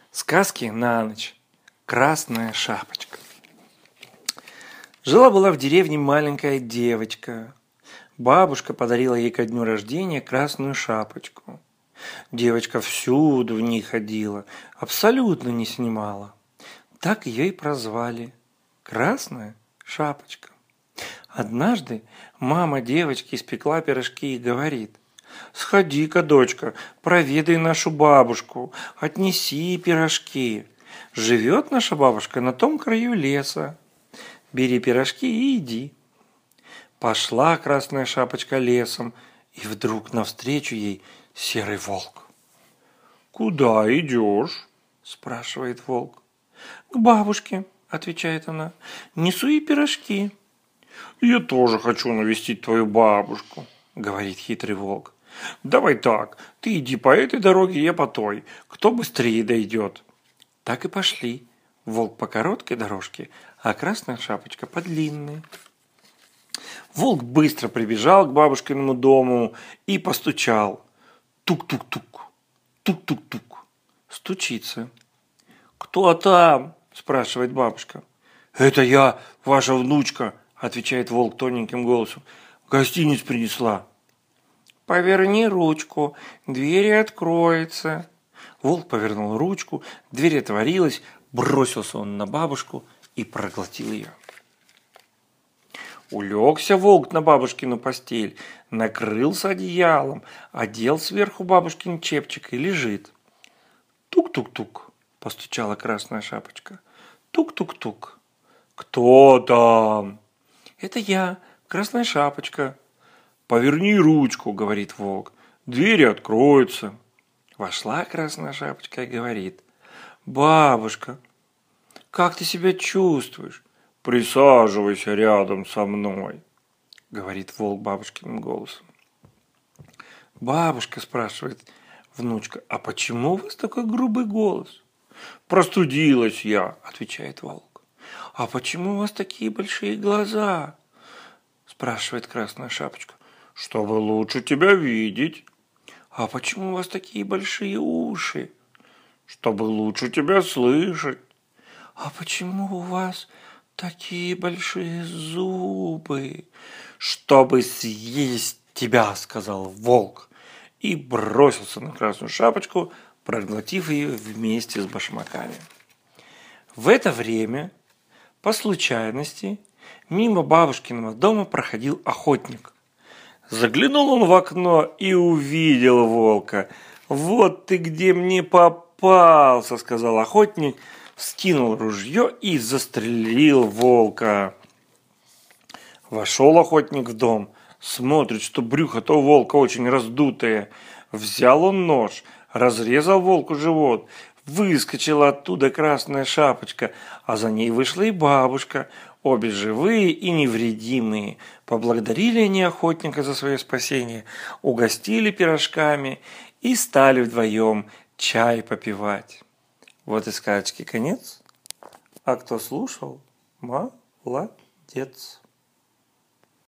Сказки на ночь. Красная шапочка. Жила-была в деревне маленькая девочка. Бабушка подарила ей ко дню рождения красную шапочку. Девочка всюду в ней ходила, абсолютно не снимала. Так ее и прозвали – Красная шапочка. Однажды мама девочки испекла пирожки и говорит: «Сходи-ка, дочка, проведай нашу бабушку, отнеси пирожки. Живет наша бабушка на том краю леса. Бери пирожки и иди». Пошла Красная шапочка лесом, и вдруг навстречу ей серый волк. «Куда идешь?» – спрашивает волк. «К бабушке», – отвечает она, – «несу ей пирожки». «Я тоже хочу навестить твою бабушку», – говорит хитрый волк. «Давай так, ты иди по этой дороге, я по той. Кто быстрее дойдет?» Так и пошли. Волк по короткой дорожке, а Красная шапочка по длинной. Волк быстро прибежал к бабушкиному дому и постучал. Тук-тук-тук, тук-тук-тук. Стучится. «Кто там?» – спрашивает бабушка. «Это я, ваша внучка», – отвечает волк тоненьким голосом. «Гостиниц принесла». «Поверни ручку, дверь откроется». Волк повернул ручку, дверь отворилась, бросился он на бабушку и проглотил ее. Улегся волк на бабушкину постель, накрылся одеялом, одел сверху бабушкин чепчик и лежит. «Тук-тук-тук», – постучала Красная шапочка. «Тук-тук-тук». «Кто там?» «Это я, Красная шапочка». «Поверни ручку», – говорит волк, – «двери откроются». Вошла Красная шапочка и говорит: «Бабушка, как ты себя чувствуешь?» «Присаживайся рядом со мной», – говорит волк бабушкиным голосом. «Бабушка», – спрашивает внучка, – «а почему у вас такой грубый голос?» «Простудилась я», – отвечает волк. «А почему у вас такие большие глаза?» – спрашивает Красная шапочка. «Чтобы лучше тебя видеть». «А почему у вас такие большие уши?» «Чтобы лучше тебя слышать». «А почему у вас такие большие зубы?» «Чтобы съесть тебя», – сказал волк, и бросился на Красную шапочку, проглотив ее вместе с башмаками. В это время, по случайности, мимо бабушкиного дома проходил охотник. Заглянул он в окно и увидел волка. «Вот ты где мне попался», – сказал охотник, вскинул ружье и застрелил волка. Вошел охотник в дом, смотрит, что брюхо-то у волка очень раздутое. Взял он нож, разрезал волку живот. Выскочила оттуда Красная шапочка, а за ней вышла и бабушка. Обе живые и невредимые. Поблагодарили они охотника за свое спасение, угостили пирожками и стали вдвоем чай попивать. Вот и сказочки конец. А кто слушал, молодец.